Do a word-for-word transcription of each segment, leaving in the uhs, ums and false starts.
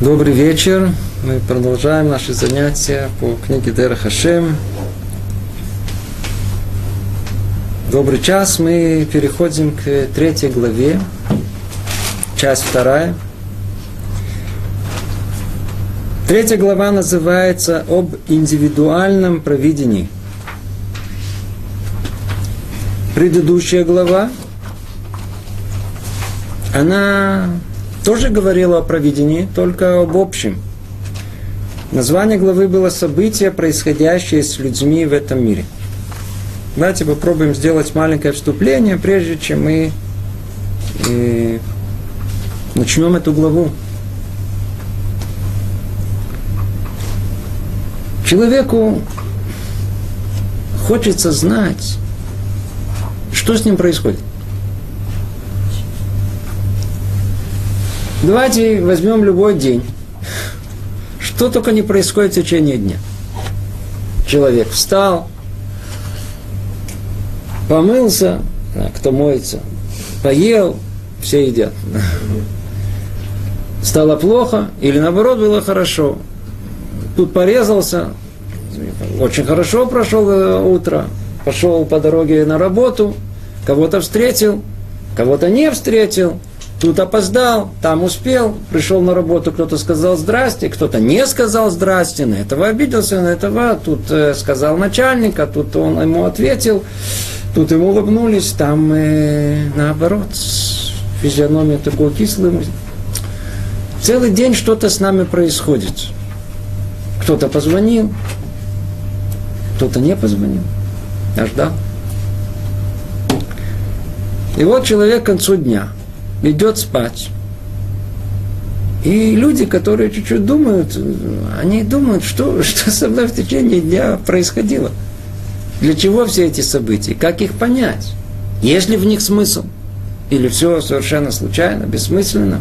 Добрый вечер. Мы продолжаем наши занятия по книге Дерех Хашем. Добрый час. Мы переходим к третьей главе, часть вторая. Третья глава называется «Об индивидуальном провидении». Предыдущая глава, она тоже говорила о провидении, только об общем. Название главы было «События, происходящие с людьми в этом мире». Давайте попробуем сделать маленькое вступление, прежде чем мы э, начнем эту главу. Человеку хочется знать, что с ним происходит. Давайте возьмем любой день. Что только не происходит в течение дня. Человек встал, помылся, кто моется, поел, все едят. Стало плохо или наоборот было хорошо. Тут порезался, очень хорошо прошел утро, пошел по дороге на работу, кого-то встретил, кого-то не встретил. Тут опоздал, там успел, пришел на работу, кто-то сказал «здрасте», кто-то не сказал «здрасте», на этого обиделся, на этого, тут э, сказал начальник, а тут он ему ответил, тут ему улыбнулись, там э, наоборот, физиономия такой кислая. Целый день что-то с нами происходит. Кто-то позвонил, кто-то не позвонил, а ждал. И вот человек к концу дня идет спать. И люди, которые чуть-чуть думают, они думают, что, что со мной в течение дня происходило. Для чего все эти события? Как их понять? Есть ли в них смысл? Или все совершенно случайно, бессмысленно?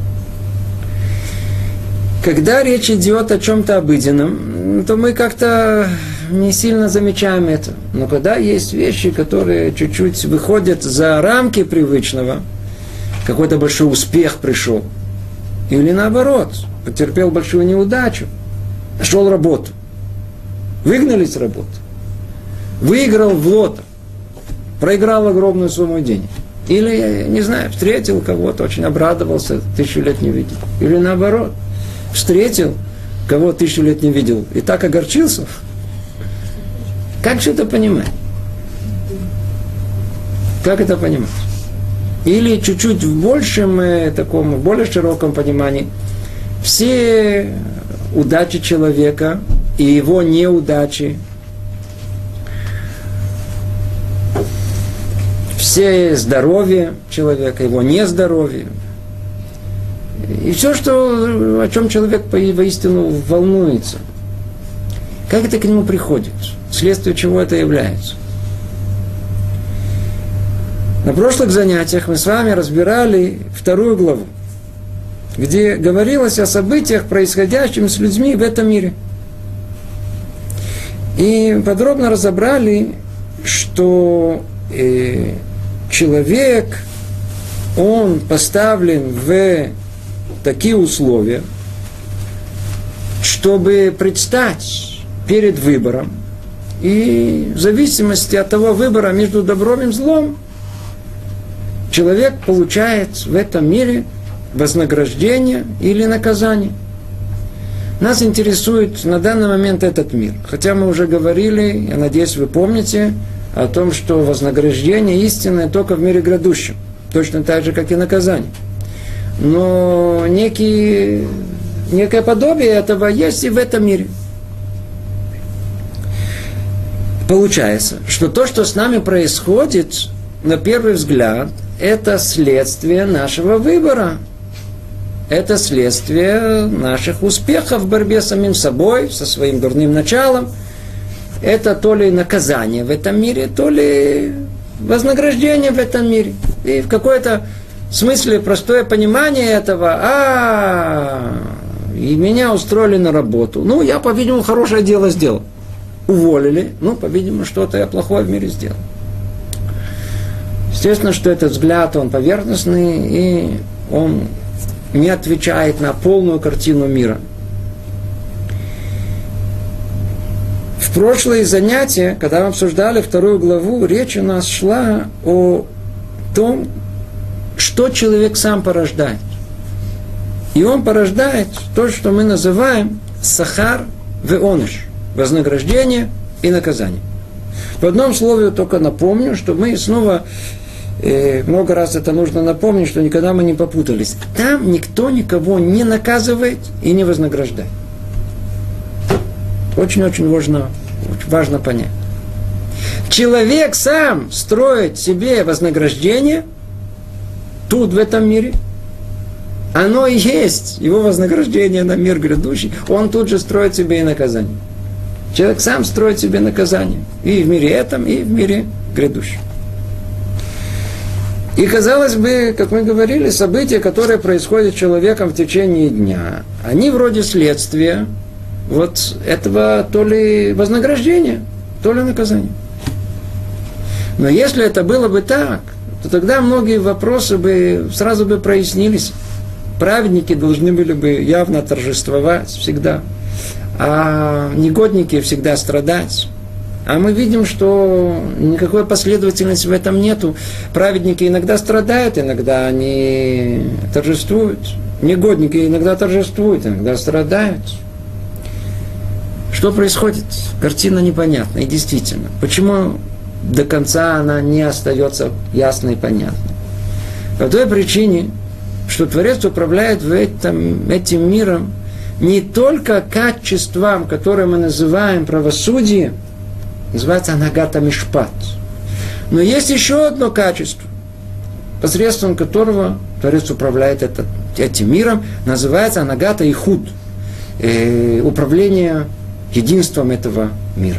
Когда речь идет о чем-то обыденном, то мы как-то не сильно замечаем это. Но когда есть вещи, которые чуть-чуть выходят за рамки привычного, какой-то большой успех пришел, или наоборот, потерпел большую неудачу, нашел работу, выгнали с работы, выиграл в лото, проиграл огромную сумму денег, или, не знаю, встретил кого-то, очень обрадовался, тысячу лет не видел, или наоборот, встретил, кого тысячу лет не видел, и так огорчился. Как же это понимать? Как это понимать? Или чуть-чуть в большем, таком, в более широком понимании, все удачи человека и его неудачи, все здоровье человека, его нездоровье, и все, что, о чем человек воистину волнуется, как это к нему приходит, вследствие чего это является. На прошлых занятиях мы с вами разбирали вторую главу, где говорилось о событиях, происходящих с людьми в этом мире. И подробно разобрали, что э, человек, он поставлен в такие условия, чтобы предстать перед выбором, и в зависимости от того выбора между добром и злом, человек получает в этом мире вознаграждение или наказание. Нас интересует на данный момент этот мир. Хотя мы уже говорили, я надеюсь, вы помните, о том, что вознаграждение истинное только в мире грядущем. Точно так же, как и наказание. Но некий, некое подобие этого есть и в этом мире. Получается, что то, что с нами происходит, на первый взгляд, это следствие нашего выбора. Это следствие наших успехов в борьбе с самим собой, со своим дурным началом. Это то ли наказание в этом мире, то ли вознаграждение в этом мире. И в какой-то смысле простое понимание этого, а, и меня устроили на работу. Ну, я, по-видимому, хорошее дело сделал. Уволили. Ну, по-видимому, что-то я плохое в мире сделал. Естественно, что этот взгляд, он поверхностный, и он не отвечает на полную картину мира. В прошлые занятия, когда мы обсуждали вторую главу, речь у нас шла о том, что человек сам порождает. И он порождает то, что мы называем сахар веоныш, вознаграждение и наказание. В одном слове только напомню, что мы снова, э, много раз это нужно напомнить, что никогда мы не попутались. Там никто никого не наказывает и не вознаграждает. Очень-очень важно, очень важно понять. Человек сам строит себе вознаграждение тут, в этом мире. Оно и есть его вознаграждение на мир грядущий. Он тут же строит себе и наказание. Человек сам строит себе наказание. И в мире этом, и в мире грядущем. И, казалось бы, как мы говорили, события, которые происходят с человеком в течение дня, они вроде следствия вот этого то ли вознаграждения, то ли наказания. Но если это было бы так, то тогда многие вопросы бы сразу бы прояснились. Праведники должны были бы явно торжествовать всегда, а негодники всегда страдать. А мы видим, что никакой последовательности в этом нету. Праведники иногда страдают, иногда они торжествуют. Негодники иногда торжествуют, иногда страдают. Что происходит? Картина непонятна. И действительно, почему до конца она не остается ясной и понятной? По той причине, что Творец управляет в этом, этим миром не только качеством, которое мы называем правосудие, называется анагата мишпат, но есть еще одно качество, посредством которого Творец управляет это, этим миром, называется анагата ихуд, э, управление единством этого мира.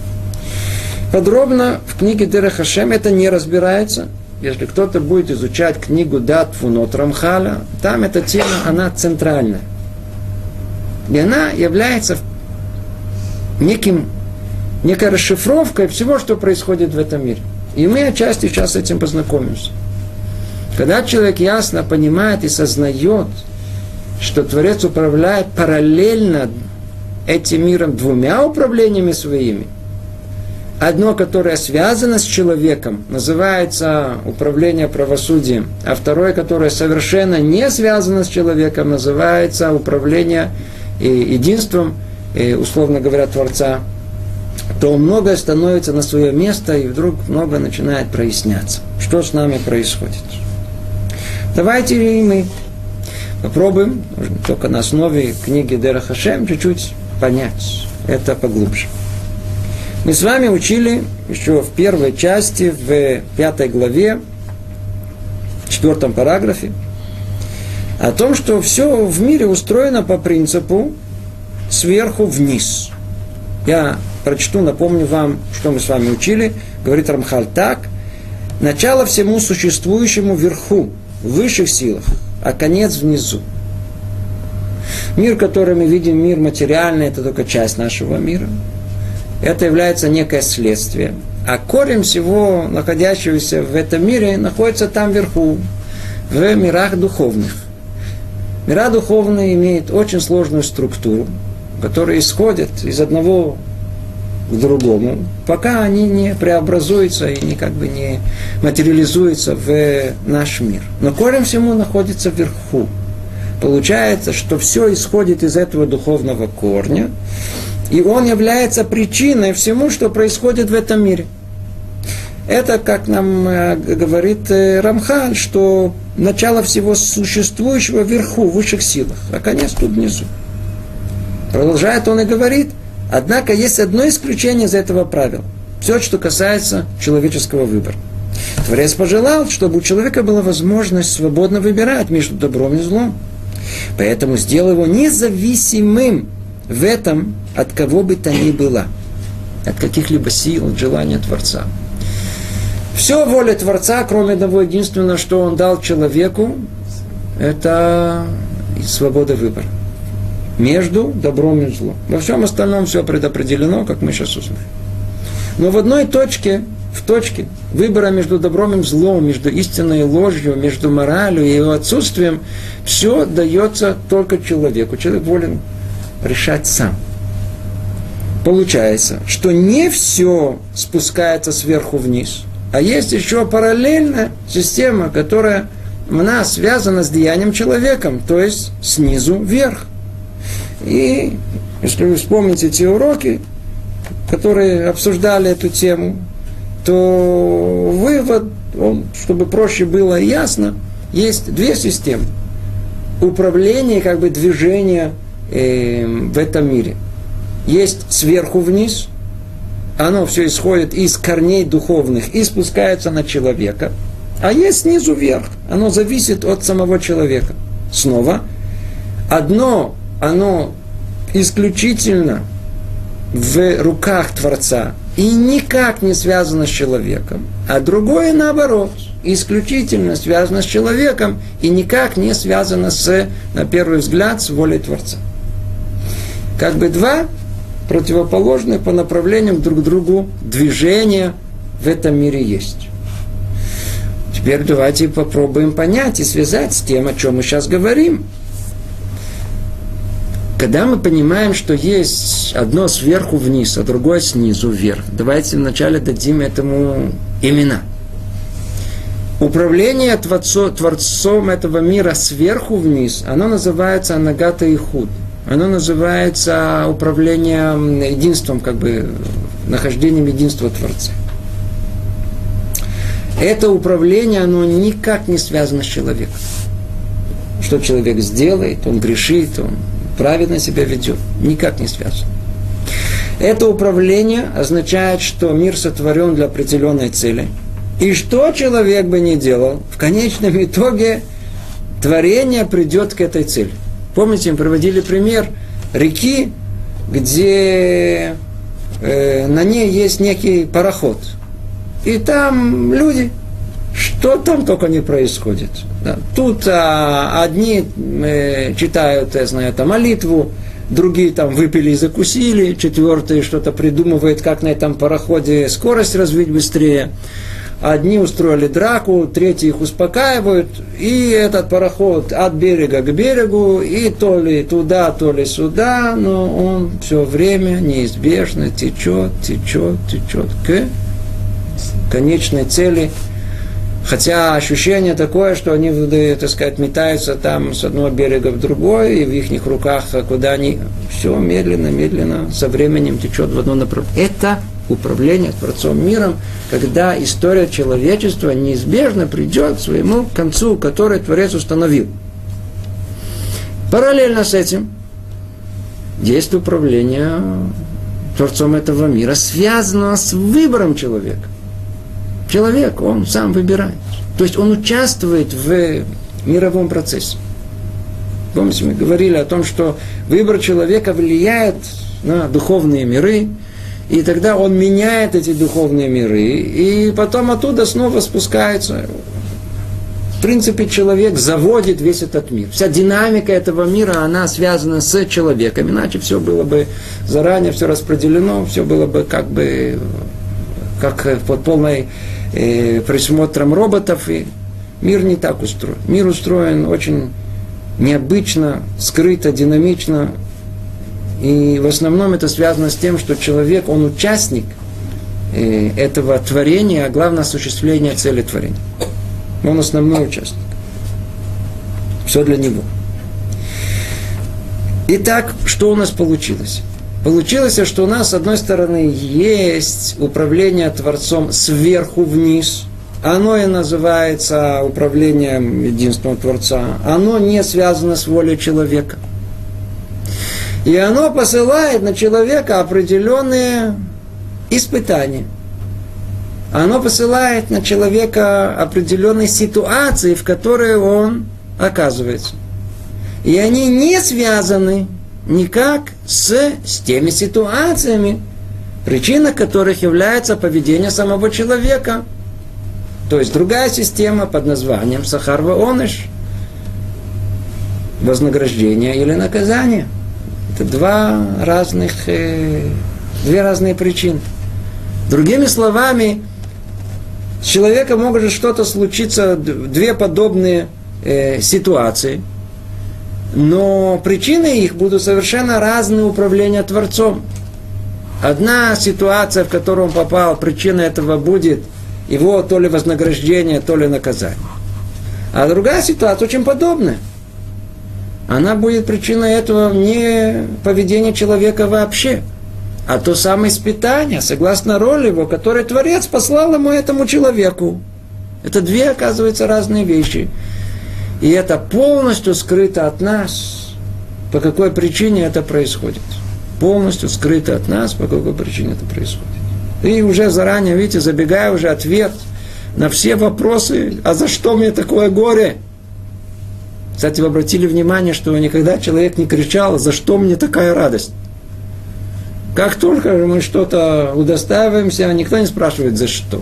Подробно в книге Дерех Хашем это не разбирается. Если кто-то будет изучать книгу Дат Твунот Рамхаля, там эта тема, она центральная. И она является неким, некой расшифровкой всего, что происходит в этом мире. И мы отчасти сейчас с этим познакомимся. Когда человек ясно понимает и сознает, что Творец управляет параллельно этим миром двумя управлениями своими, одно, которое связано с человеком, называется управление правосудием, а второе, которое совершенно не связано с человеком, называется управление единством, условно говоря, Творца, то многое становится на свое место, и вдруг многое начинает проясняться. Что с нами происходит? Давайте мы попробуем, можно только на основе книги Дерех Хашем, чуть-чуть понять это поглубже. Мы с вами учили еще в первой части, в пятой главе, в четвертом параграфе, о том, что все в мире устроено по принципу сверху вниз. Я прочту, напомню вам, что мы с вами учили. Говорит Рамхаль так: начало всему существующему вверху, в высших силах, а конец внизу. Мир, который мы видим, мир материальный, это только часть нашего мира. Это является некое следствие. А корень всего, находящегося в этом мире, находится там вверху, в мирах духовных. Мира духовные имеют очень сложную структуру, которая исходит из одного к другому, пока они не преобразуются и не, как бы не материализуются в наш мир. Но корень всему находится вверху. Получается, что все исходит из этого духовного корня, и он является причиной всему, что происходит в этом мире. Это, как нам э, говорит э, Рамхаль, что начало всего существующего вверху, в высших силах, а конец тут внизу. Продолжает он и говорит: однако есть одно исключение из этого правила. Все, что касается человеческого выбора. Творец пожелал, чтобы у человека была возможность свободно выбирать между добром и злом. Поэтому сделал его независимым в этом от кого бы то ни было. От каких-либо сил, от желания Творца. Все воля Творца, кроме одного единственного, что Он дал человеку, это свобода выбора. Между добром и злом. Во всем остальном все предопределено, как мы сейчас узнаем. Но в одной точке в точке выбора между добром и злом, между истиной и ложью, между моралью и его отсутствием, все дается только человеку. Человек волен решать сам. Получается, что не все спускается сверху вниз, а есть еще параллельная система, которая у нас связана с деянием человеком, то есть снизу вверх. И если вы вспомните те уроки, которые обсуждали эту тему, то вывод, он, чтобы проще было и ясно, есть две системы управления, как бы движения э, в этом мире. Есть сверху вниз, оно все исходит из корней духовных и спускается на человека, а есть снизу вверх, оно зависит от самого человека. Снова, одно, оно исключительно в руках Творца и никак не связано с человеком, а другое наоборот, исключительно связано с человеком и никак не связано с, на первый взгляд, с волей Творца. Как бы два противоположных по направлениям друг к другу движения в этом мире есть. Теперь давайте попробуем понять и связать с тем, о чем мы сейчас говорим. Когда мы понимаем, что есть одно сверху вниз, а другое снизу вверх, давайте вначале дадим этому имена. Управление Творцом этого мира сверху вниз, оно называется анагата и худ. Оно называется управлением единством, как бы нахождением единства Творца. Это управление, оно никак не связано с человеком. Что человек сделает, он грешит, он праведно себя ведет, никак не связано. Это управление означает, что мир сотворен для определенной цели. И что человек бы ни делал, в конечном итоге творение придет к этой цели. Помните, мы приводили пример реки, где э, на ней есть некий пароход. И там люди, что там только не происходит. Да. Тут а, одни э, читают, я знаю, там, молитву, другие там выпили и закусили, четвертые что-то придумывают, как на этом пароходе скорость развить быстрее. Одни устроили драку, третьи их успокаивают, и этот пароход от берега к берегу, и то ли туда, то ли сюда, но он все время неизбежно течет, течет, течет к конечной цели. Хотя ощущение такое, что они, так сказать, метаются там с одного берега в другой, и в их руках, куда они, все медленно, медленно, со временем течет в одно направление. Это управление Творцом миром, когда история человечества неизбежно придет к своему концу, который Творец установил. Параллельно с этим есть управление Творцом этого мира, связано с выбором человека. Человек, он сам выбирает. То есть он участвует в мировом процессе. Помните, мы говорили о том, что выбор человека влияет на духовные миры, и тогда он меняет эти духовные миры, и потом оттуда снова спускается. В принципе, человек заводит весь этот мир. Вся динамика этого мира, она связана с человеком. Иначе все было бы заранее, все распределено, все было бы как бы как под полной э, присмотром роботов. И мир не так устроен. Мир устроен очень необычно, скрыто, динамично. И в основном это связано с тем, что человек, он участник э, этого творения, а главное осуществление цели творения. Он основной участник. Все для него. Итак, что у нас получилось? Получилось, что у нас, с одной стороны, есть управление Творцом сверху вниз. Оно и называется управлением единственного Творца. Оно не связано с волей человека. И оно посылает на человека определенные испытания. Оно посылает на человека определенные ситуации, в которые он оказывается. И они не связаны никак с, с теми ситуациями, причина которых является поведение самого человека. То есть другая система под названием сахар ва-оныш. Вознаграждение или наказание. Это два разных, э, две разные причины. Другими словами, С человеком может что-то случиться, две подобные э, ситуации, но причины их будут совершенно разные управления Творцом. Одна ситуация, в которую он попал, причина этого будет его то ли вознаграждение, то ли наказание. А другая ситуация очень подобная. Она будет причиной этого не поведения человека вообще, а то самое испытание, согласно роли его, которое Творец послал ему, этому человеку. Это две, оказывается, разные вещи. И это полностью скрыто от нас, по какой причине это происходит. Полностью скрыто от нас, по какой причине это происходит. И уже заранее, видите, забегая уже ответ на все вопросы, а за что мне такое горе? Кстати, вы обратили внимание, что никогда человек не кричал, за что мне такая радость? Как только мы что-то удостаиваемся, никто не спрашивает, за что.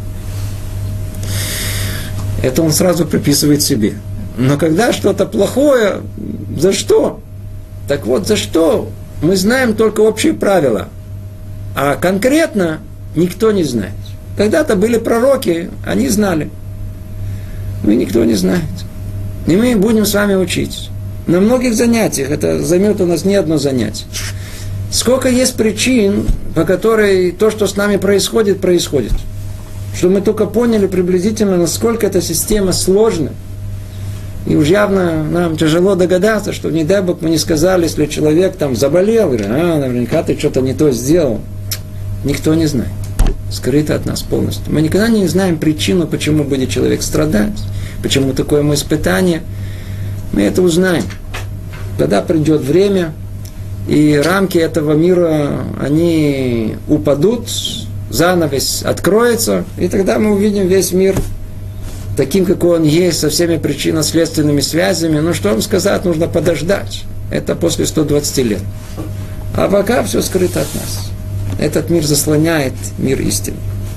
Это он сразу приписывает себе. Но когда что-то плохое, за что? Так вот, за что? Мы знаем только общие правила. А конкретно никто не знает. Когда-то были пророки, они знали. Мы никто не знает. И мы будем с вами учить. На многих занятиях, это займет у нас не одно занятие. Сколько есть причин, по которой то, что с нами происходит, происходит. Чтобы мы только поняли приблизительно, насколько эта система сложна. И уж явно нам тяжело догадаться, что, не дай Бог, мы не сказали, если человек там заболел, говорит, а, наверняка ты что-то не то сделал. Никто не знает. Скрыто от нас полностью. Мы никогда не знаем причину, почему будет человек страдать, почему такое ему испытание. Мы это узнаем. Когда придет время, и рамки этого мира, они упадут, занавес откроется, и тогда мы увидим весь мир таким, какой он есть, со всеми причинно-следственными связями. Ну, что вам сказать, нужно подождать. Это после ста двадцати лет. А пока все скрыто от нас. Этот мир заслоняет мир истины.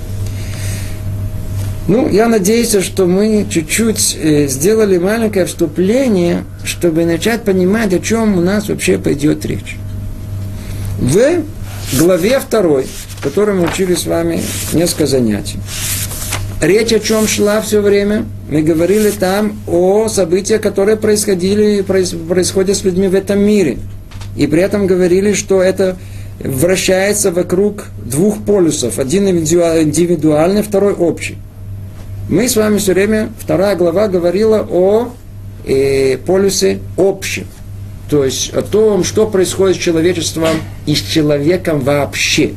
Ну, я надеюсь, что мы чуть-чуть сделали маленькое вступление, чтобы начать понимать, о чем у нас вообще пойдет речь. В главе второй, в которой мы учили с вами несколько занятий, речь о чем шла все время? Мы говорили там о событиях, которые происходили и происходят с людьми в этом мире. И при этом говорили, что это вращается вокруг двух полюсов. Один индивидуальный, второй общий. Мы с вами все время, вторая глава говорила о э, полюсе общем. То есть о том, что происходит с человечеством и с человеком вообще.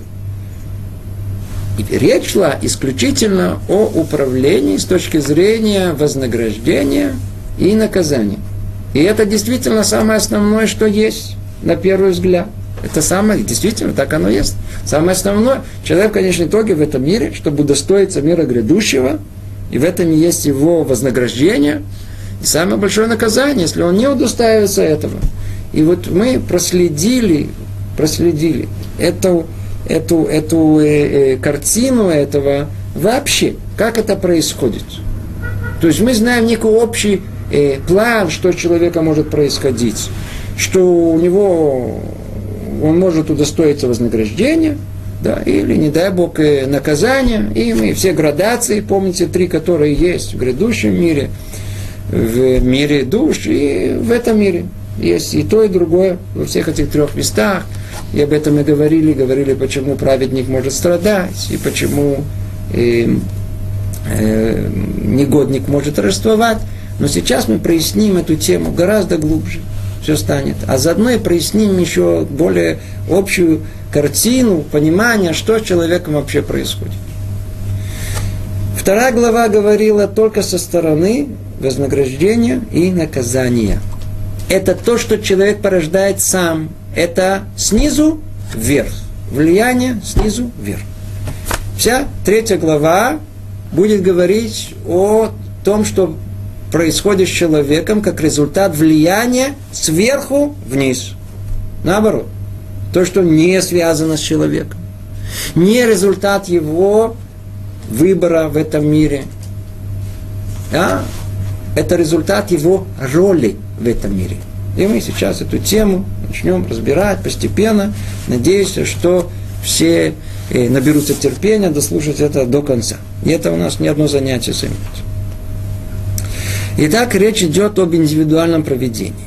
И речь шла исключительно о управлении с точки зрения вознаграждения и наказания. И это действительно самое основное, что есть на первый взгляд. Это самое, действительно, так оно есть. Самое основное, человек в конечном итоге в этом мире, чтобы удостоиться мира грядущего, и в этом есть его вознаграждение, и самое большое наказание, если он не удостаивается этого. И вот мы проследили, проследили эту, эту, эту э, э, картину этого вообще, как это происходит. То есть мы знаем некий общий э, план, что с человеком может происходить, что у него он может удостоиться вознаграждения, да, или, не дай Бог, наказания, и мы все градации, помните, три, которые есть в грядущем мире, в мире душ и в этом мире. Есть и то, и другое во всех этих трех местах. И об этом мы говорили, говорили, почему праведник может страдать, и почему э, э, негодник может торжествовать. Но сейчас мы проясним эту тему гораздо глубже. Все станет. А заодно и проясним еще более общую картину, понимание, что с человеком вообще происходит. Вторая глава говорила только со стороны вознаграждения и наказания. Это то, что человек порождает сам. Это снизу вверх. Влияние снизу вверх. Вся третья глава будет говорить о том, что происходит с человеком как результат влияния сверху вниз. Наоборот. То, что не связано с человеком. Не результат его выбора в этом мире. А это результат его роли в этом мире. И мы сейчас эту тему начнем разбирать постепенно. Надеюсь, что все и наберутся терпения дослушать это до конца. И это у нас не одно занятие займет. Итак, речь идет об индивидуальном проведении.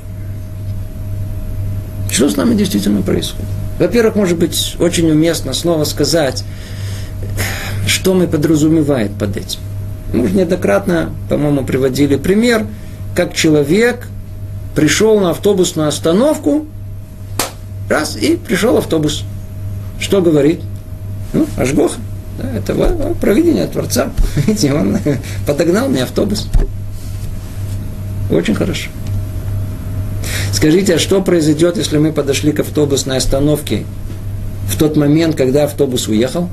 Что с нами действительно происходит? Во-первых, может быть, очень уместно снова сказать, что мы подразумеваем под этим. Мы уже неоднократно, по-моему, приводили пример, как человек пришел на автобусную остановку, раз, и пришел автобус. Что говорит? Ну, ашгоха. Да, это провидение Творца. Видите, он подогнал мне автобус. Очень хорошо. Скажите, а что произойдет, если мы подошли к автобусной остановке в тот момент, когда автобус уехал?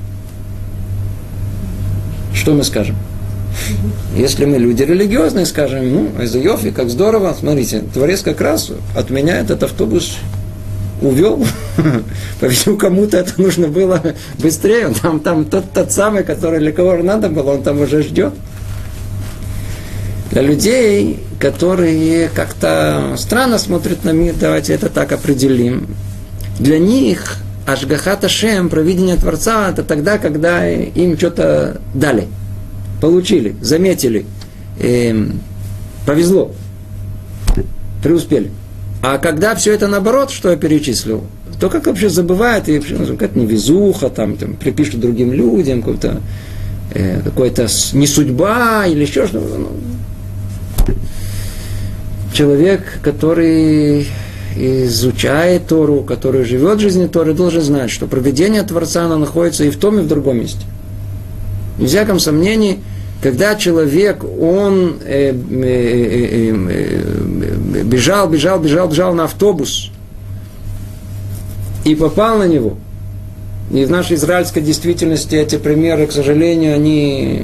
Что мы скажем? Если мы люди религиозные, скажем, ну, это йофи, как здорово, смотрите, Творец как раз от меня этот автобус увел. По-видимому, кому-то это нужно было быстрее. Там, там тот, тот самый, который для кого надо было, он там уже ждет. Для людей, которые как-то странно смотрят на мир, давайте это так определим. Для них ашгахат Ашем, провидение Творца, это тогда, когда им что-то дали, получили, заметили, эм, повезло, преуспели. А когда все это наоборот, что я перечислил, то как вообще забывает, и какая-то невезуха, там, там, припишут другим людям, какой-то, э, какой-то не судьба или еще что-то. Ну, человек, который изучает Тору, который живет жизнью Торы, должен знать, что провидение Творца, оно находится и в том, и в другом месте. Без всяком сомнении, когда человек, он э, э, э, э, бежал, бежал, бежал, бежал на автобус и попал на него, и в нашей израильской действительности эти примеры, к сожалению, они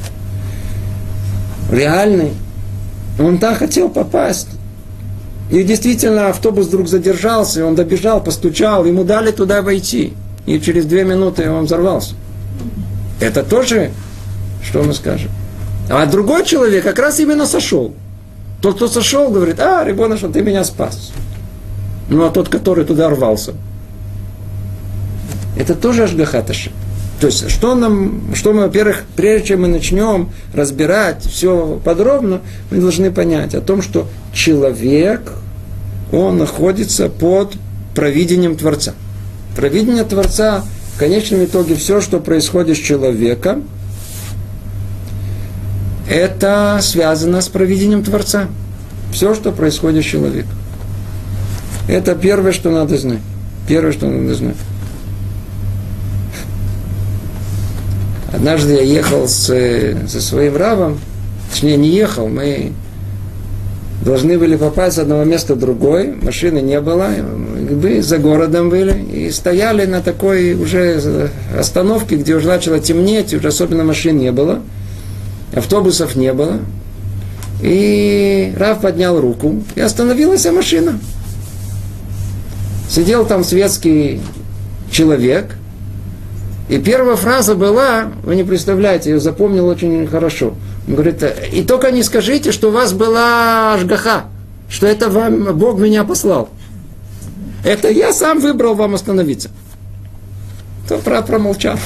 реальны. Он там хотел попасть. И действительно автобус вдруг задержался, он добежал, постучал, ему дали туда войти. И через две минуты он взорвался. Это тоже, что мы скажем. А другой человек как раз именно сошел. Тот, кто сошел, говорит, а, Рибоно Шель, ты меня спас. Ну, а тот, который туда рвался, это тоже ашгахат Ашем. То есть, что нам, что мы, во-первых, прежде чем мы начнем разбирать все подробно, мы должны понять о том, что человек, он находится под провидением Творца. Провидение Творца, в конечном итоге, все, что происходит с человеком, это связано с провидением Творца. Все, что происходит с человеком. Это первое, что надо знать. Первое, что надо знать. Однажды я ехал с, со своим равом, точнее не ехал, мы должны были попасть с одного места в другое, машины не было, мы за городом были, и стояли на такой уже остановке, где уже начало темнеть, уже особенно машин не было, автобусов не было, и рав поднял руку, и остановилась машина. Сидел там светский человек, и первая фраза была, вы не представляете, я запомнил очень хорошо. Он говорит, и только не скажите, что у вас была ашгаха, что это вам Бог меня послал. Это я сам выбрал вам остановиться. То промолчал.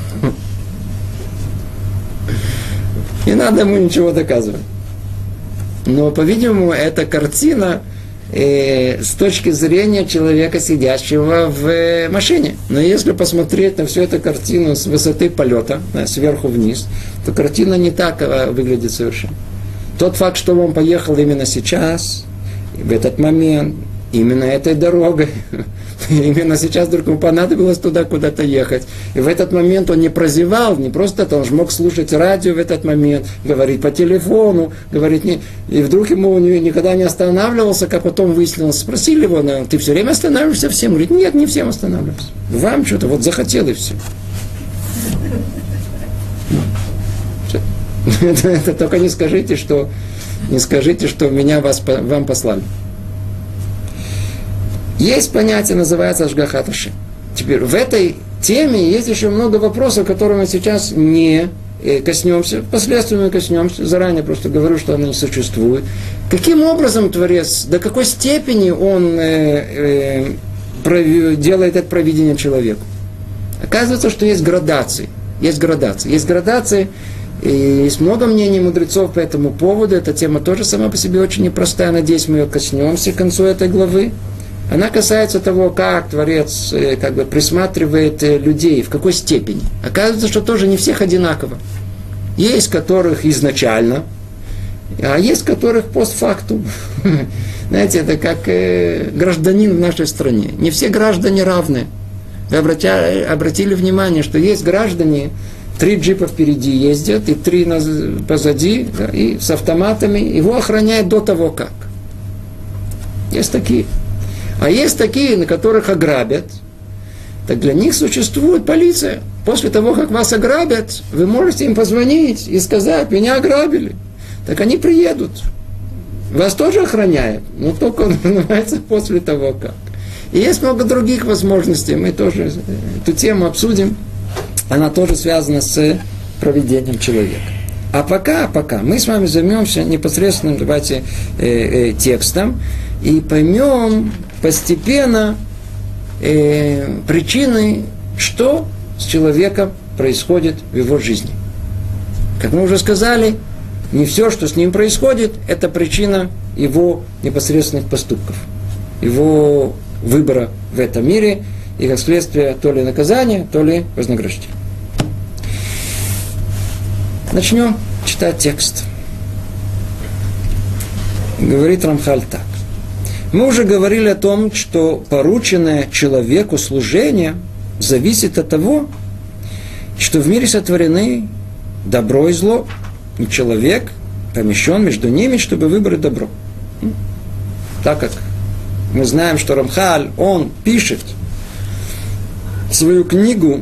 Не надо ему ничего доказывать. Но, по-видимому, эта картина э, с точки зрения человека, сидящего в э, машине. Но если посмотреть на всю эту картину с высоты полета, да, сверху вниз, то картина не так э, выглядит совершенно. Тот факт, что он поехал именно сейчас, в этот момент, именно этой дорогой, именно сейчас вдруг ему понадобилось туда куда-то ехать. И в этот момент он не прозевал, не просто это, он же мог слушать радио в этот момент, говорить по телефону, говорить не... И вдруг ему никогда не останавливался, как потом выяснилось. Спросили его, ты все время останавливаешься всем? Говорит, нет, не всем останавливаюсь. Вам что-то вот захотел и все. Это, это только не скажите, что не скажите, что меня вас, вам послали. Есть понятие, называется ашгахат Ашем. Теперь в этой теме есть еще много вопросов, которые мы сейчас не коснемся. Впоследствии мы коснемся. Заранее просто говорю, что оно не существует. Каким образом Творец, до какой степени он э, э, делает это провидение человеку? Оказывается, что есть градации. Есть градации. Есть градации, и есть много мнений мудрецов по этому поводу. Эта тема тоже сама по себе очень непростая. Надеюсь, мы ее коснемся к концу этой главы. Она касается того, как Творец как бы присматривает людей, в какой степени. Оказывается, что тоже не всех одинаково. Есть которых изначально, а есть которых постфактум. Знаете, это как гражданин в нашей стране. Не все граждане равны. Вы обратили внимание, что есть граждане, три джипа впереди ездят, и три позади, да, и с автоматами. Его охраняют до того, как. Есть такие. А есть такие, на которых ограбят. Так для них существует полиция. После того, как вас ограбят, вы можете им позвонить и сказать: меня ограбили. Так они приедут. Вас тоже охраняют, но только, называется, после того, как. И есть много других возможностей. Мы тоже эту тему обсудим. Она тоже связана с проведением человека. А пока, пока мы с вами займемся непосредственным, давайте, э, э, текстом и поймем постепенно э, причины, что с человеком происходит в его жизни. Как мы уже сказали, не все, что с ним происходит, это причина его непосредственных поступков, его выбора в этом мире, и как следствие то ли наказания, то ли вознаграждения. Начнем читать текст. Говорит Рамхаль так. Мы уже говорили о том, что порученное человеку служение зависит от того, что в мире сотворены добро и зло, и человек помещен между ними, чтобы выбрать добро. Так как мы знаем, что Рамхаль, он пишет свою книгу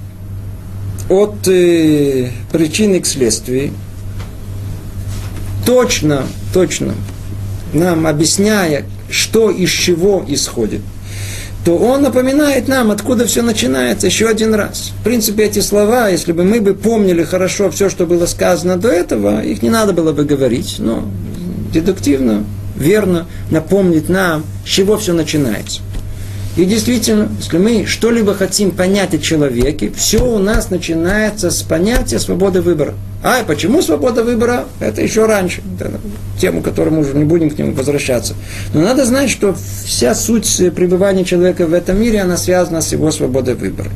от э, причины к следствию, точно, точно нам объясняя, что из чего исходит, то он напоминает нам, откуда все начинается, еще один раз. В принципе, эти слова, если бы мы бы помнили хорошо все, что было сказано до этого, их не надо было бы говорить, но дедуктивно, верно напомнить нам, с чего все начинается. И действительно, если мы что-либо хотим понять о человеке, все у нас начинается с понятия свободы выбора. А почему свобода выбора? Это еще раньше. Это тему, которую мы уже не будем к нему возвращаться. Но надо знать, что вся суть пребывания человека в этом мире, она связана с его свободой выбора.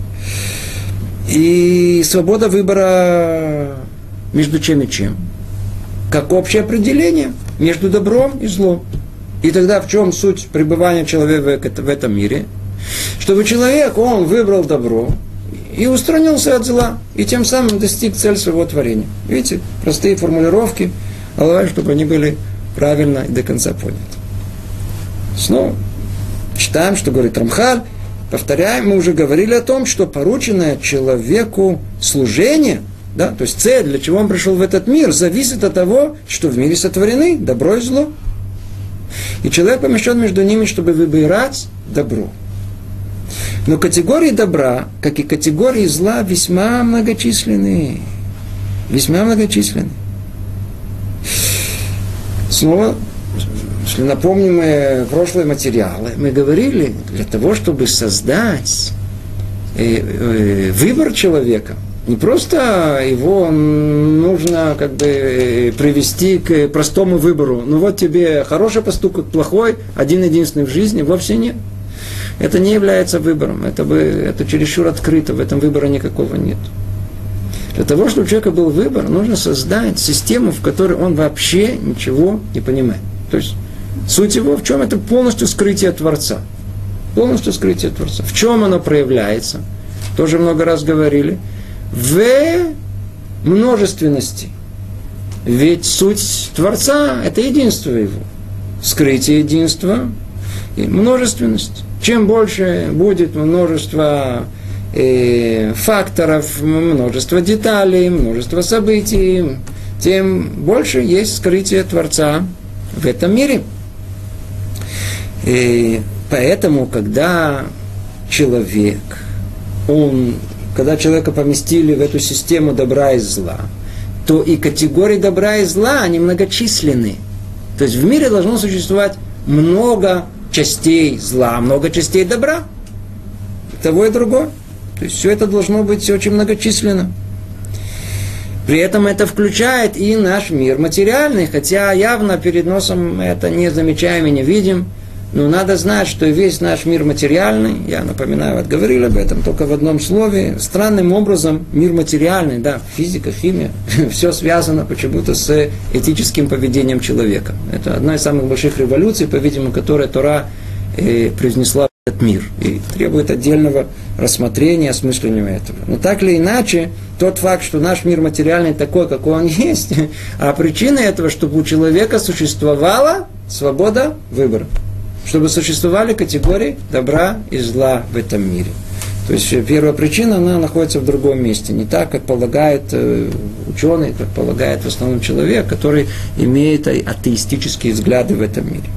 И свобода выбора между чем и чем? Как общее определение между добром и злом. И тогда в чем суть пребывания человека в этом мире? Чтобы человек, он выбрал добро и устранился от зла, и тем самым достиг цели своего творения. Видите, простые формулировки, а чтобы они были правильно и до конца поняты. Снова читаем, что говорит Рамхаль, повторяем, мы уже говорили о том, что порученное человеку служение, да, то есть цель, для чего он пришел в этот мир, зависит от того, что в мире сотворены добро и зло. И человек помещен между ними, чтобы выбирать добро. Но категории добра, как и категории зла, весьма многочисленны. Весьма многочисленны. Снова, если напомним прошлые материалы, мы говорили, для того, чтобы создать выбор человека, не просто его нужно как бы привести к простому выбору. Ну вот тебе хороший поступок, плохой, один-единственный в жизни, вовсе нет. Это не является выбором. Это, бы, это чересчур открыто, в этом выбора никакого нет. Для того, чтобы у человека был выбор, нужно создать систему, в которой он вообще ничего не понимает. То есть суть его в чем? Это полностью скрытие Творца. Полностью скрытие Творца. В чем оно проявляется? Тоже много раз говорили. В множественности. Ведь суть Творца – это единство Его. Скрытие единства и множественность. Чем больше будет множество э, факторов, множество деталей, множество событий, тем больше есть скрытие Творца в этом мире. И поэтому, когда человек, он... Когда человека поместили в эту систему добра и зла, то и категории добра и зла, они многочисленны. То есть в мире должно существовать много частей зла, много частей добра. И того и другого. То есть все это должно быть очень многочисленно. При этом это включает и наш мир материальный, хотя явно перед носом это не замечаем и не видим. Но надо знать, что весь наш мир материальный, я напоминаю, вот говорили об этом только в одном слове, странным образом мир материальный, да, физика, химия, все связано почему-то с этическим поведением человека. Это одна из самых больших революций, по-видимому, которую Тора э, привнесла в этот мир и требует отдельного рассмотрения, осмысления этого. Но так или иначе, тот факт, что наш мир материальный такой, какой он есть, а причина этого, чтобы у человека существовала свобода выбора. Чтобы существовали категории добра и зла в этом мире. То есть первая причина, она находится в другом месте. Не так, как полагает э, ученый, как полагает в основном человек, который имеет атеистические взгляды в этом мире.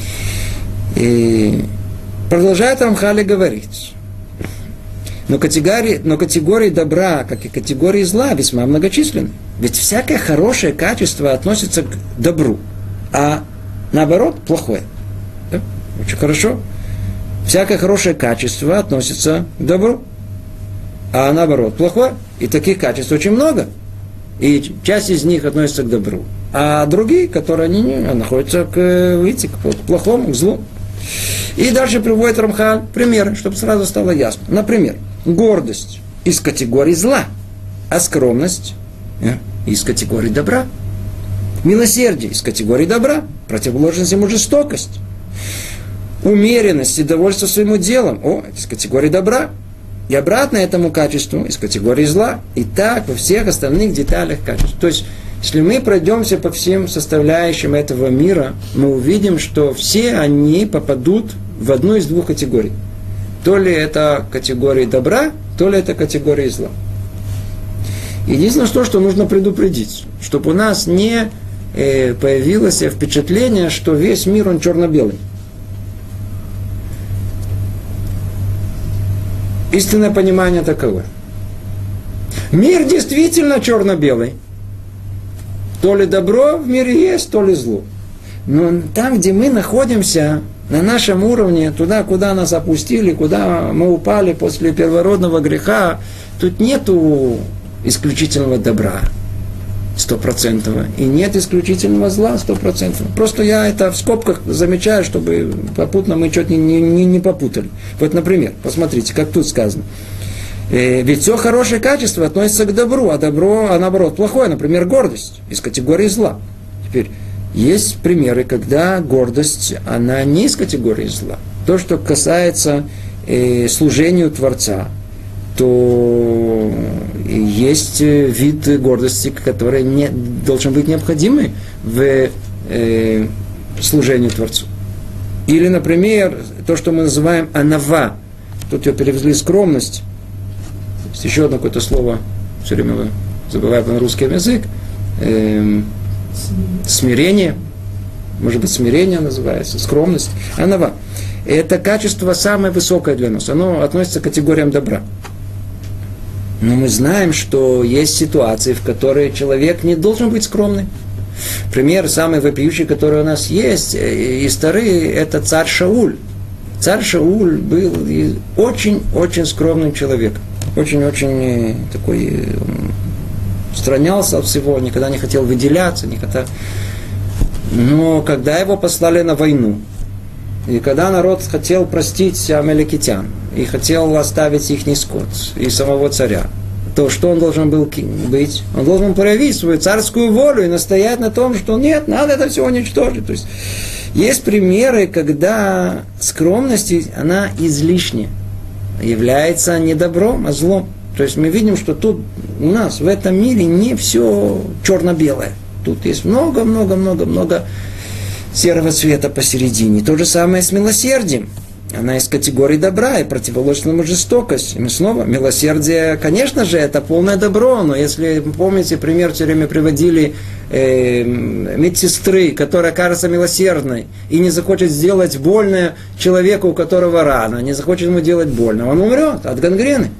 И продолжает Рамхаль говорить. Но категории, но категории добра, как и категории зла, весьма многочисленны. Ведь всякое хорошее качество относится к добру, а наоборот плохое. Да? Очень хорошо. Всякое хорошее качество относится к добру, а наоборот плохое. И таких качеств очень много. И часть из них относится к добру. А другие, которые они не, находятся к, видите, к плохому, к злу. И дальше приводит Рамхаль примеры, чтобы сразу стало ясно. Например, гордость из категории зла, а скромность из категории добра. Милосердие из категории добра, противоположность ему жестокость. Умеренность и довольство своим делом, о, из категории добра. И обратно этому качеству из категории зла. И так во всех остальных деталях качеств. То есть, если мы пройдемся по всем составляющим этого мира, мы увидим, что все они попадут в одну из двух категорий. То ли это категория добра, то ли это категория зла. Единственное, что, что нужно предупредить, чтобы у нас не э, появилось впечатление, что весь мир он черно-белый. Истинное понимание таково. Мир действительно черно-белый. То ли добро в мире есть, то ли зло. Но там, где мы находимся, на нашем уровне, туда, куда нас опустили, куда мы упали после первородного греха, тут нету исключительного добра стопроцентного. И нет исключительного зла стопроцентного. Просто я это в скобках замечаю, чтобы попутно мы что-то не, не, не попутали. Вот, например, посмотрите, как тут сказано. Э, ведь все хорошее качество относится к добру, а добро, а наоборот, плохое, например, гордость из категории зла. Теперь, есть примеры, когда гордость, она не из категории зла. То, что касается э, служению Творца, то есть вид гордости, который не, должен быть необходимый в э, служении Творцу. Или, например, то, что мы называем анава. Тут ее перевезли скромность. Есть еще одно какое-то слово, все время забываю на русский язык. Э, смирение. Может быть, смирение называется, скромность. Анава. Это качество самое высокое для нас. Оно относится к категориям добра. Но мы знаем, что есть ситуации, в которые человек не должен быть скромным. Пример самый вопиющий, который у нас есть, и старый, это царь Шауль. Царь Шауль был очень-очень скромным человеком. Очень-очень такой, он устранялся от всего, никогда не хотел выделяться, никогда. Но когда его послали на войну, и когда народ хотел простить амалекитян, и хотел оставить их скот, и самого царя, то что он должен был быть? Он должен проявить свою царскую волю и настоять на том, что нет, надо это все уничтожить. То есть, есть примеры, когда скромность, она излишняя, является не добром, а злом. То есть, мы видим, что тут у нас, в этом мире, не все черно-белое. Тут есть много-много-много-много серого цвета посередине. То же самое с милосердием. Она из категории добра и противоположна ему жестокость. И мы снова, милосердие, конечно же, это полное добро, но если помните, пример все время приводили э, медсестры, которая кажется милосердной и не захочет сделать больно человеку, у которого рана, не захочет ему делать больно, он умрет от гангрены.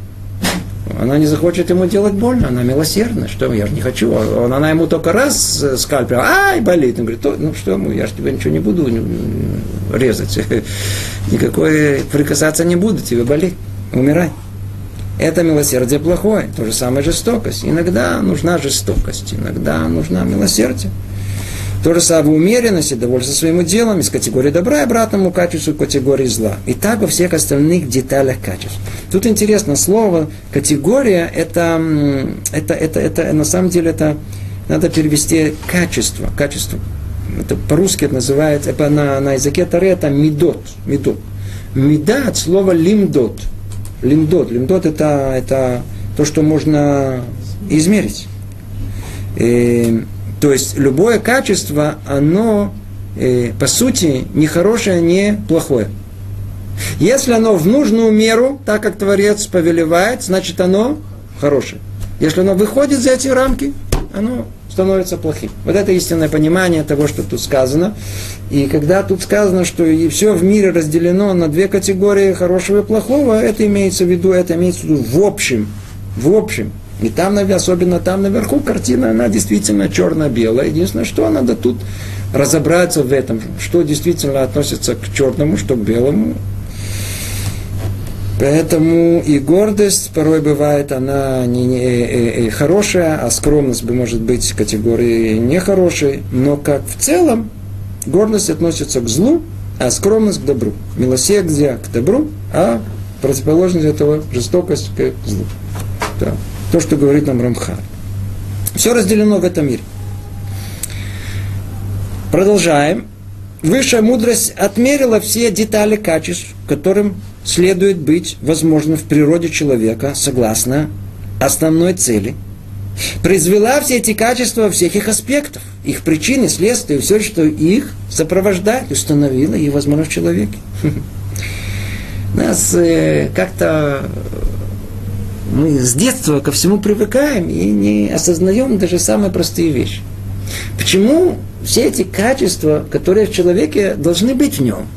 Она не захочет ему делать больно, она милосердна. Что, я же не хочу. Она ему только раз скальпель, ай, болит. Он говорит, ну что, я же тебе ничего не буду резать. Никакой прикасаться не буду, тебе болит. Умирай. это милосердие плохое. То же самое жестокость. Иногда нужна жестокость, иногда нужна милосердие. То же самое умеренность и довольство своим делом из категории добра и обратному качеству категории зла. И так во всех остальных деталях качеств. Тут интересно, слово категория, это, это, это, это на самом деле это надо перевести качество. Качество. Это по-русски это называется, это на, на языке Торе это мидот. Мидот. Мида от слова лимдот. Лимдот. Лимдот это, это то, что можно измерить. И, то есть любое качество, оно э, по сути не хорошее, не плохое. Если оно в нужную меру, так как Творец повелевает, значит оно хорошее. Если оно выходит за эти рамки, оно становится плохим. Вот это истинное понимание того, что тут сказано. И когда тут сказано, что и все в мире разделено на две категории хорошего и плохого, это имеется в виду, это имеется в виду в общем. В общем. И там, особенно там наверху, картина, она действительно черно-белая. Единственное, что надо тут разобраться в этом, что действительно относится к черному, что к белому. Поэтому и гордость порой бывает, она не, не, не, не хорошая, а скромность может быть категорией нехорошей. Но как в целом, гордость относится к злу, а скромность к добру. Милосердие к добру, а противоположность этого жестокость к злу. Да. То, что говорит нам Рамхаль. Все разделено в этом мире. Продолжаем. Высшая мудрость отмерила все детали качеств, которым следует быть возможным в природе человека, согласно основной цели. Произвела все эти качества во всех их аспектах, их причины, следствия, все, что их сопровождает, установила и возможно в человеке. Нас э, как-то мы с детства ко всему привыкаем и не осознаем даже самые простые вещи. Почему все эти качества, которые в человеке, должны быть в нем?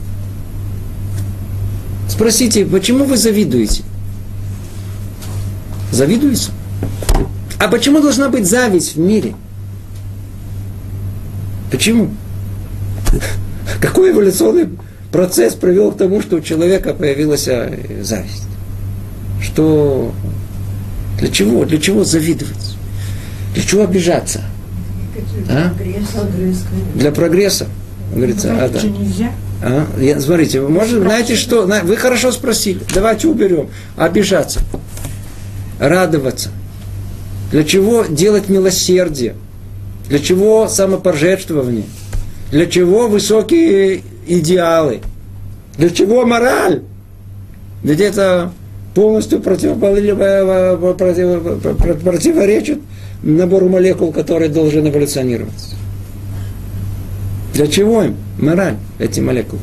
Спросите, почему вы завидуете? Завидуете? А почему должна быть зависть в мире? Почему? Какой эволюционный процесс привел к тому, что у человека появилась зависть? Что? Для чего? Для чего завидовать? Для чего обижаться? А? Для прогресса. Говорится, а, да. А, я, смотрите, вы можете, знаете что, вы хорошо спросили, давайте уберем. Обижаться, радоваться. Для чего делать милосердие? Для чего самопожертвование? Для чего высокие идеалы? Для чего мораль? Ведь это полностью противоречит набору молекул, который должен эволюционировать. Для чего им мораль, эти молекулы?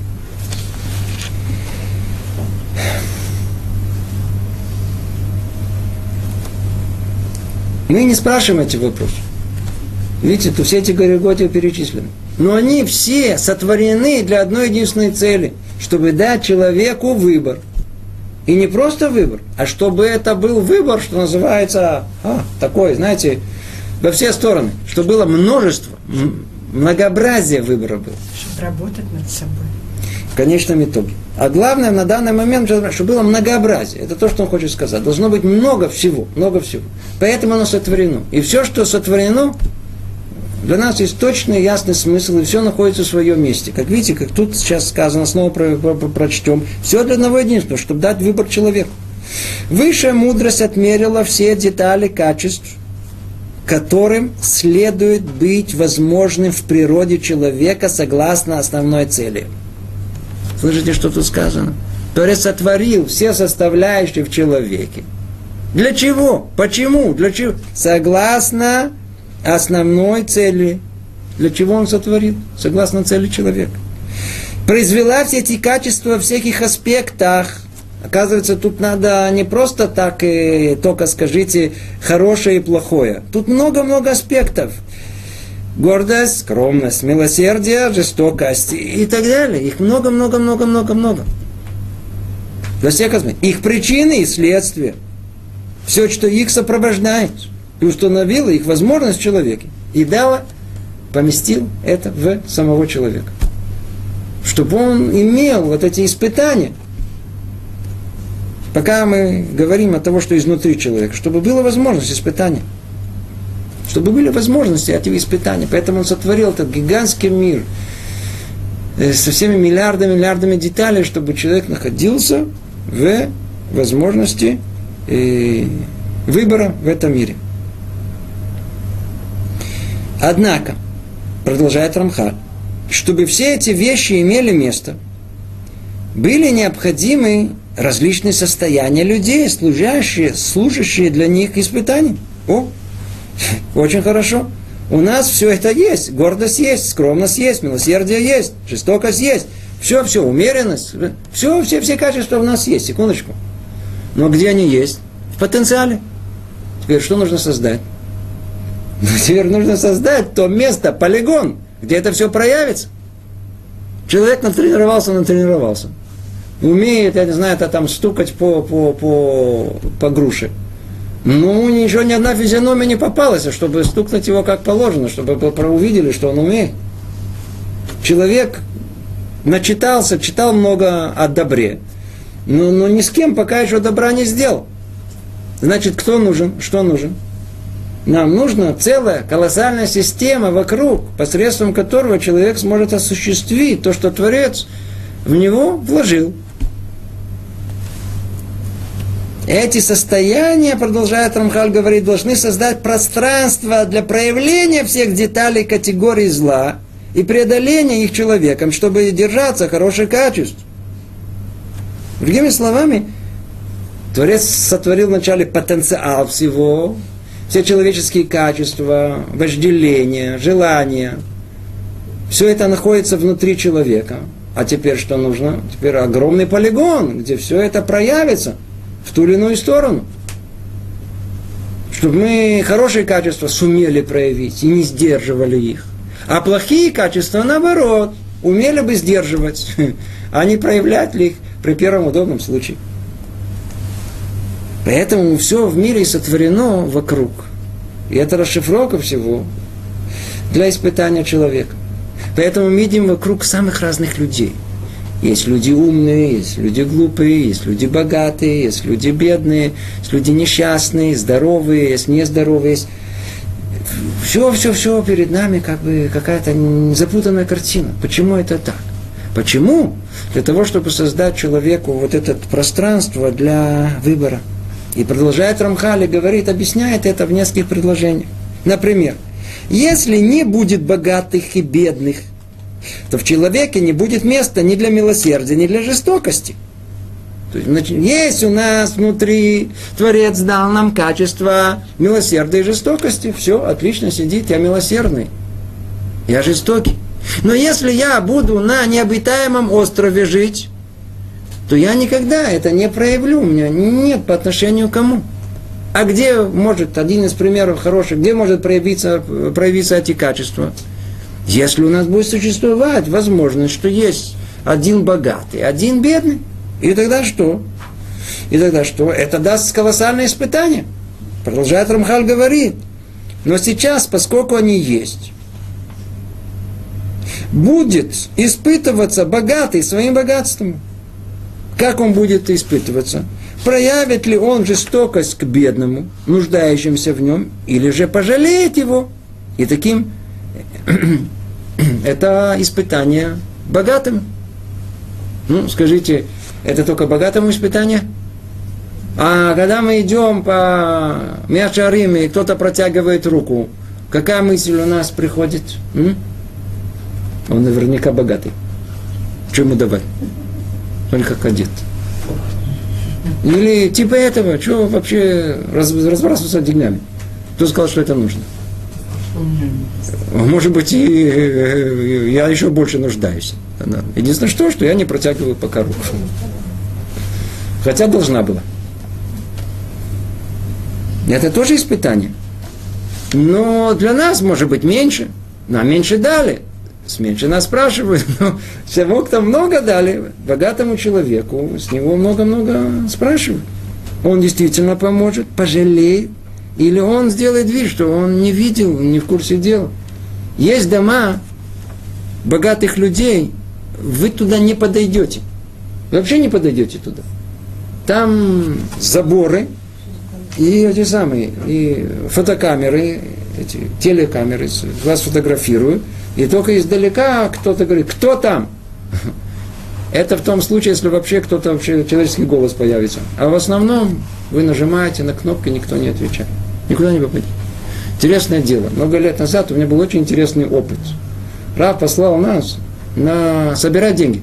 Мы не спрашиваем эти вопросы. Видите, тут все эти категории перечислены. Но они все сотворены для одной единственной цели, чтобы дать человеку выбор. И не просто выбор, а чтобы это был выбор, что называется, а, такой, знаете, во все стороны. Чтобы было множество, многообразие выбора было. Чтобы работать над собой. В конечном итоге. А главное на данный момент, чтобы было многообразие. Это то, что он хочет сказать. Должно быть много всего, много всего. Поэтому оно сотворено. И все, что сотворено, для нас есть точный, ясный смысл, и все находится в своем месте. Как видите, как тут сейчас сказано, снова про, про, про, прочтем. Все для одного единственного, чтобы дать выбор человеку. Высшая мудрость отмерила все детали качеств, которым следует быть возможным в природе человека согласно основной цели. Слышите, что тут сказано? Творец сотворил все составляющие в человеке. Для чего? Почему? Для чего? Согласно основной цели. Для чего он сотворил? Согласно цели человека. Произвела все эти качества во всех их аспектах. Оказывается, тут надо не просто так, и только скажите хорошее и плохое. Тут много-много аспектов. Гордость, скромность, милосердие, жестокость и так далее. Их много-много-много-много-много. Во всех аспектах. Их причины и следствия. Все, что их сопровождает. И установила их возможность в человеке. И дала, поместил это в самого человека. Чтобы он имел вот эти испытания. пока мы говорим о том, что изнутри человека, чтобы была возможность испытания. Чтобы были возможности эти испытания. Поэтому он сотворил этот гигантский мир со всеми миллиардами, миллиардами деталей, чтобы человек находился в возможности выбора в этом мире. Однако, продолжает Рамхаль, чтобы все эти вещи имели место, были необходимы различные состояния людей, служащие, служащие для них испытаний. О, очень хорошо. У нас все это есть. Гордость есть, скромность есть, милосердие есть, жестокость есть. Все, все, умеренность. Все, все, все качества у нас есть. Секундочку. Но где они есть? В потенциале. Теперь что нужно создать? Теперь нужно создать то место, полигон, где это все проявится. Человек натренировался, натренировался. Умеет, я не знаю, это там стукать по, по, по, по груше. Ну, ничего, ни одна физиономия не попалась, чтобы стукнуть его как положено, чтобы увидели, что он умеет. Человек начитался, читал много о добре, но, но ни с кем пока еще добра не сделал. Значит, кто нужен? Что нужен? Нам нужна целая колоссальная система вокруг, посредством которого человек сможет осуществить то, что Творец в него вложил. Эти состояния, продолжает Рамхаль говорить, должны создать пространство для проявления всех деталей категорий зла и преодоления их человеком, чтобы держаться хороших качеств. Другими словами, Творец сотворил вначале потенциал всего, все человеческие качества, вожделение, желания. Все это находится внутри человека. А теперь что нужно? Теперь огромный полигон, где все это проявится в ту или иную сторону. Чтобы мы хорошие качества сумели проявить и не сдерживали их. А плохие качества, наоборот, умели бы сдерживать, а не проявлять ли их при первом удобном случае. Поэтому все в мире сотворено вокруг. И это расшифровка всего для испытания человека. Поэтому мы видим вокруг самых разных людей. Есть люди умные, есть люди глупые, есть люди богатые, есть люди бедные, есть люди несчастные, здоровые, есть нездоровые. Есть... Все, все, все перед нами как бы какая-то запутанная картина. Почему это так? Почему? Для того, чтобы создать человеку вот это пространство для выбора. И продолжает Рамхаль и говорит, объясняет это в нескольких предложениях. Например, если не будет богатых и бедных, то в человеке не будет места ни для милосердия, ни для жестокости. То есть, есть у нас внутри, Творец дал нам качество милосердия и жестокости. Все, отлично сидит, я милосердный, я жестокий. Но если я буду на необитаемом острове жить, то я никогда это не проявлю. У меня нет по отношению к кому. А где может, один из примеров хороших, где может проявиться, проявиться эти качества? Если у нас будет существовать возможность, что есть один богатый, один бедный, и тогда что? И тогда что? Это даст колоссальное испытание. Продолжает Рамхаль говорит. Но сейчас, поскольку они есть, будет испытываться богатый своим богатством. Как он будет испытываться? Проявит ли он жестокость к бедному, нуждающимся в нем, или же пожалеет его? И таким это испытание богатым. Ну, скажите, это только богатому испытание? А когда мы идем по Меа-Шаарим, и кто-то протягивает руку, какая мысль у нас приходит? М? Он наверняка богатый. Что ему давать? Он как одет. Или типа этого, что вообще раз, разбрасываться деньгами? Кто сказал, что это нужно? Может быть, и я еще больше нуждаюсь. Единственное, что, что я не протягиваю пока руку. Хотя должна была. Это тоже испытание. Но для нас, может быть, меньше. Нам меньше дали. С меньше нас спрашивают. Но всего, кто много дали, богатому человеку, с него много-много спрашивают. Он действительно поможет, пожалеет. Или он сделает вид, что он не видел, не в курсе дела. Есть дома богатых людей, вы туда не подойдете. Вы вообще не подойдете туда. Там заборы и эти самые, и фотокамеры, эти телекамеры, вас фотографируют, и только издалека кто-то говорит, кто там? Это в том случае, если вообще кто-то, вообще человеческий голос появится. А в основном вы нажимаете на кнопки, никто не отвечает. Никуда не попадете. Интересное дело. Много лет назад у меня был очень интересный опыт. Рав послал нас на собирать деньги.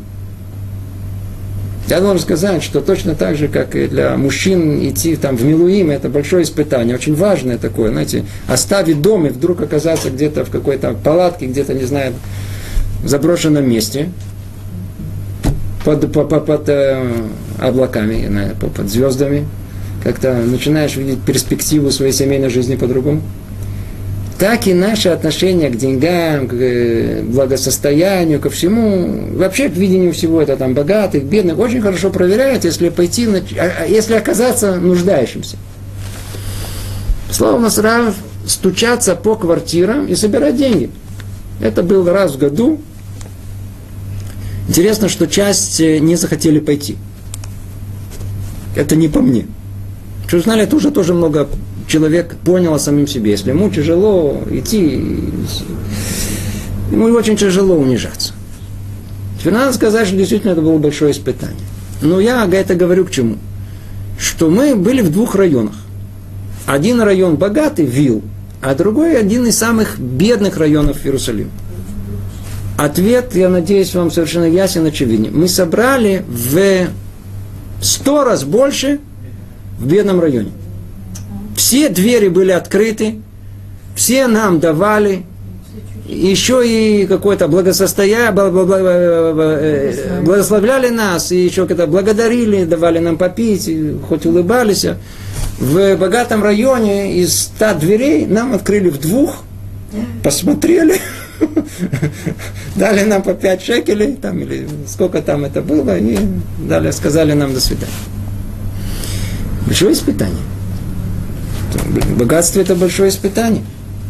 Я должен сказать, что точно так же, как и для мужчин идти там в Милуим, это большое испытание, очень важное такое, знаете, оставить дом и вдруг оказаться где-то в какой-то палатке, где-то, не знаю, в заброшенном месте, под, под, под, под э, облаками, под звездами, как-то начинаешь видеть перспективу своей семейной жизни по-другому. Так и наше отношение к деньгам, к благосостоянию, ко всему, вообще к видению всего, это там богатых, бедных, очень хорошо проверяют, если пойти, если оказаться нуждающимся. Слава нас Рав стучаться по квартирам и собирать деньги. Это было раз в году. Интересно, что часть не захотели пойти. Это не по мне. Что знали, это уже тоже много человек понял о самим себе. Если ему тяжело идти, ему очень тяжело унижаться. Теперь надо сказать, что действительно это было большое испытание. Но я это говорю к чему? Что мы были в двух районах. Один район богатый, Вил, а другой один из самых бедных районов Иерусалима. Ответ, я надеюсь, вам совершенно ясен, очевиден. Мы собрали в сто раз больше в бедном районе. Все двери были открыты, все нам давали, еще и какое-то благосостояние, благословляли нас, и еще как-то благодарили, давали нам попить, хоть улыбались. В богатом районе из ста дверей нам открыли в двух, посмотрели, дали нам по пять шекелей, там, или сколько там это было, и далее сказали нам до свидания. Большое испытание. Богатство – это большое испытание.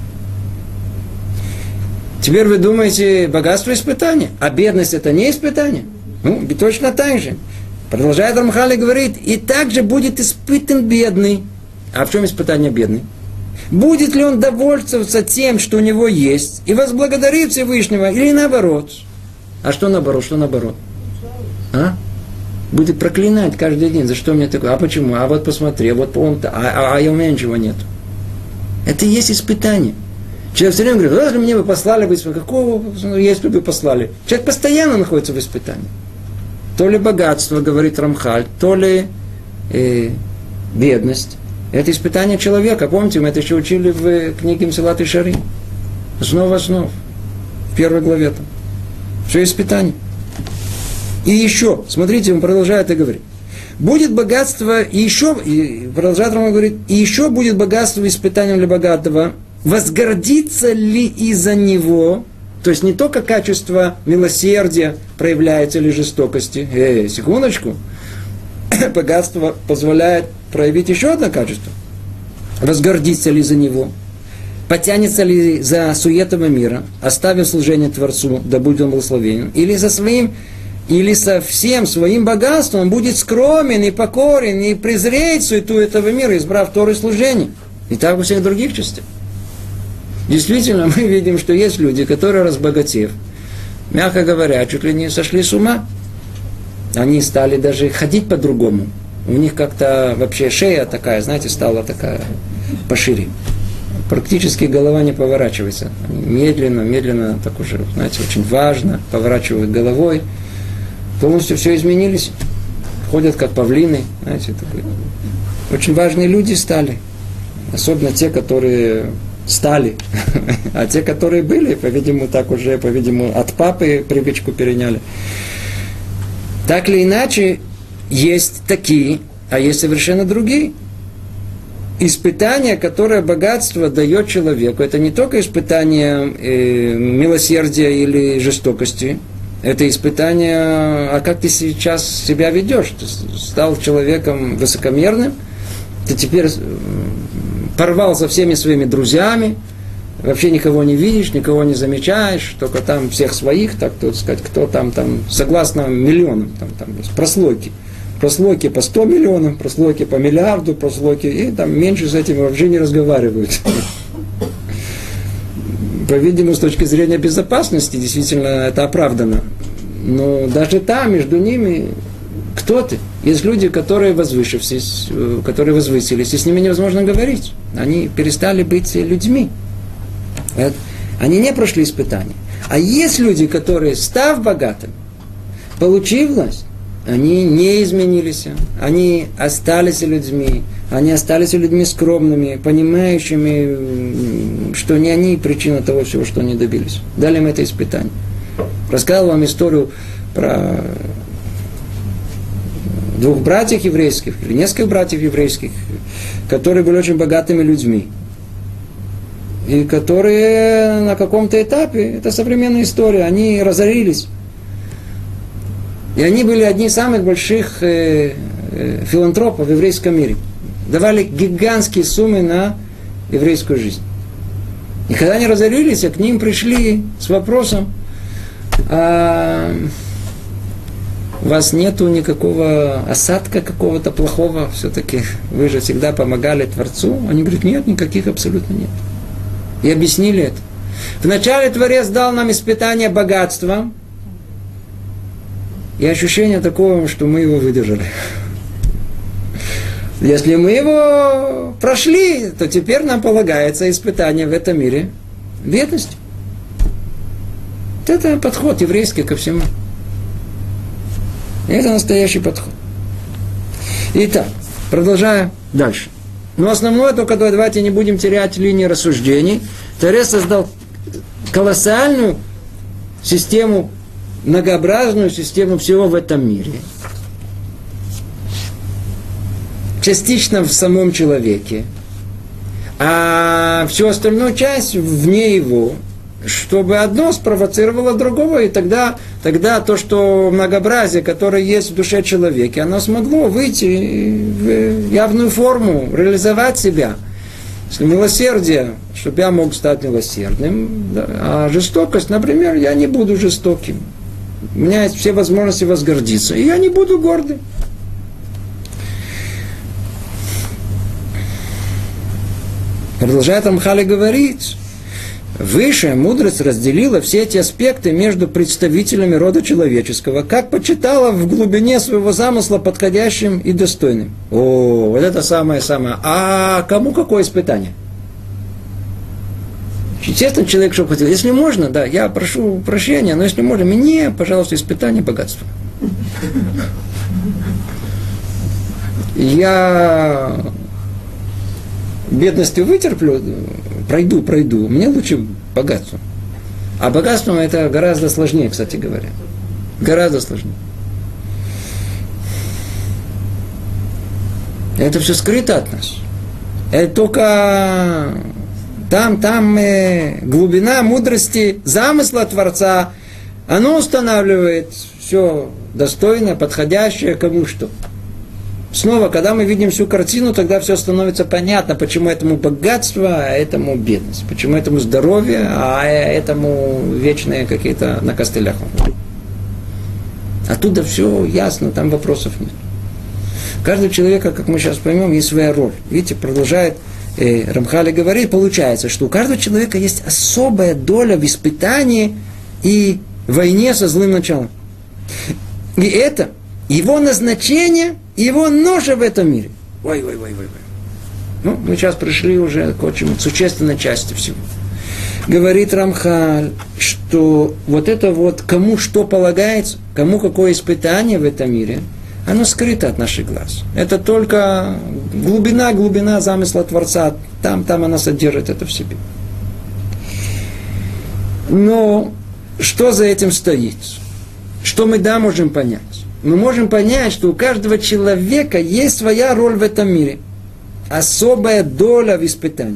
Теперь вы думаете, богатство – испытание, а бедность – это не испытание? Ну, точно так же. Продолжает Рамхаль и говорит, и также будет испытан бедный. А в чем испытание бедный? Будет ли он довольствоваться тем, что у него есть, и возблагодарит Всевышнего, или наоборот? А что наоборот? Что наоборот? А? Будет проклинать каждый день, за что мне такое, а почему, а вот посмотри, а вот он-то, а, а, а у меня ничего нет. Это и есть испытание. Человек все время говорит, если мне бы послали бы, какого, если бы послали. Человек постоянно находится в испытании. То ли богатство, говорит Рамхаль, то ли э, бедность. Это испытание человека. Помните, мы это еще учили в книге Мсилат Ишарим. Основ основ. В первой главе там. Все испытание. И еще, смотрите, он продолжает и говорит. Будет богатство, и еще, и продолжает он говорит, и еще будет богатство испытанием для богатого. Возгордится ли из-за него, то есть не только качество милосердия проявляется или жестокости. Эй, секундочку. Богатство позволяет проявить еще одно качество. Возгордится ли за него? Потянется ли за суетами мира, оставив служение Творцу, да будет он благословенен, или за своим, или со всем своим богатством он будет скромен и покорен, и презреть суету этого мира, избрав Тору и служение. И так во всех других частях. Действительно, мы видим, что есть люди, которые, разбогатев, мягко говоря, чуть ли не сошли с ума. Они стали даже ходить по-другому. У них как-то вообще шея такая, знаете, стала такая пошире. Практически голова не поворачивается. Они медленно, медленно, так уже, знаете, очень важно, поворачивают головой. Полностью все изменились. Ходят как павлины, знаете, такой. Очень важные люди стали. Особенно те, которые стали. А те, которые были, по-видимому, так уже, по-видимому, от папы привычку переняли. Так или иначе, есть такие, а есть совершенно другие. Испытание, которое богатство дает человеку, это не только испытание э, милосердия или жестокости, это испытание, а как ты сейчас себя ведешь. Ты стал человеком высокомерным, ты теперь порвал со всеми своими друзьями, вообще никого не видишь, никого не замечаешь, только там всех своих, так сказать, кто там, там согласно миллионам, там, там прослойки. прослойки по сто миллионов, прослойки по миллиарду, прослойки, и там меньше с этим вообще не разговаривают. По-видимому, с точки зрения безопасности, действительно, это оправдано. Но даже там, между ними, кто ты? Есть люди, которые возвысились, которые возвысились, и с ними невозможно говорить. Они перестали быть людьми. Они не прошли испытания. А есть люди, которые, став богатым, получив власть, они не изменились, они остались людьми, они остались людьми скромными, понимающими, что не они причина того всего, что они добились. Дали им это испытание. Рассказал вам историю про двух братьев еврейских, или нескольких братьев еврейских, которые были очень богатыми людьми. И которые на каком-то этапе, это современная история, они разорились. И они были одни из самых больших э, э, филантропов в еврейском мире. Давали гигантские суммы на еврейскую жизнь. И когда они разорились, к ним пришли с вопросом: а у вас нету никакого осадка какого-то плохого, все-таки вы же всегда помогали Творцу. Они говорят: нет, никаких абсолютно нет. И объяснили это. Вначале Творец дал нам испытание богатства, и ощущение такое, что мы его выдержали. Если мы его прошли, то теперь нам полагается испытание в этом мире бедности. Это подход еврейский ко всему. Это настоящий подход. Итак, продолжаем дальше. Но основное, только давайте не будем терять линии рассуждений. Творец создал колоссальную систему, многообразную систему всего в этом мире. Частично в самом человеке, а всю остальную часть вне его, чтобы одно спровоцировало другого, и тогда, тогда то, что многообразие, которое есть в душе человека, оно смогло выйти в явную форму, реализовать себя. Если милосердие, чтобы я мог стать милосердным, да, а жестокость, например, я не буду жестоким. У меня есть все возможности возгордиться, и я не буду гордым. Продолжает Рамхаль говорить: высшая мудрость разделила все эти аспекты между представителями рода человеческого, как почитала в глубине своего замысла подходящим и достойным. О, вот это самое-самое. А кому какое испытание? Естественно, человек что хотел. Если можно, да, я прошу прощения, но если можно, мне, пожалуйста, испытание богатства. Я бедностью вытерплю, пройду, пройду. Мне лучше богатство. А богатством это гораздо сложнее, кстати говоря. Гораздо сложнее. Это все скрыто от нас. Это только там, там э, глубина мудрости замысла Творца. Оно устанавливает все достойное, подходящее кому что. Снова, когда мы видим всю картину, тогда все становится понятно, почему этому богатство, а этому бедность, почему этому здоровье, а этому вечные какие-то на костылях. Оттуда все ясно, там вопросов нет. У каждого человека, как мы сейчас поймем, есть своя роль. Видите, продолжает э, Рамхаль говорить, получается, что у каждого человека есть особая доля в испытании и войне со злым началом. И это его назначение, его ноша в этом мире. Ой, ой, ой, ой, ой. Ну, мы сейчас пришли уже к очень существенной части всего. Говорит Рамхаль, что вот это вот, кому что полагается, кому какое испытание в этом мире, оно скрыто от наших глаз. Это только глубина, глубина замысла Творца. Там, там она содержит это в себе. Но что за этим стоит? Что мы, да, можем понять? Мы можем понять, что у каждого человека есть своя роль в этом мире. Особая доля в испытании.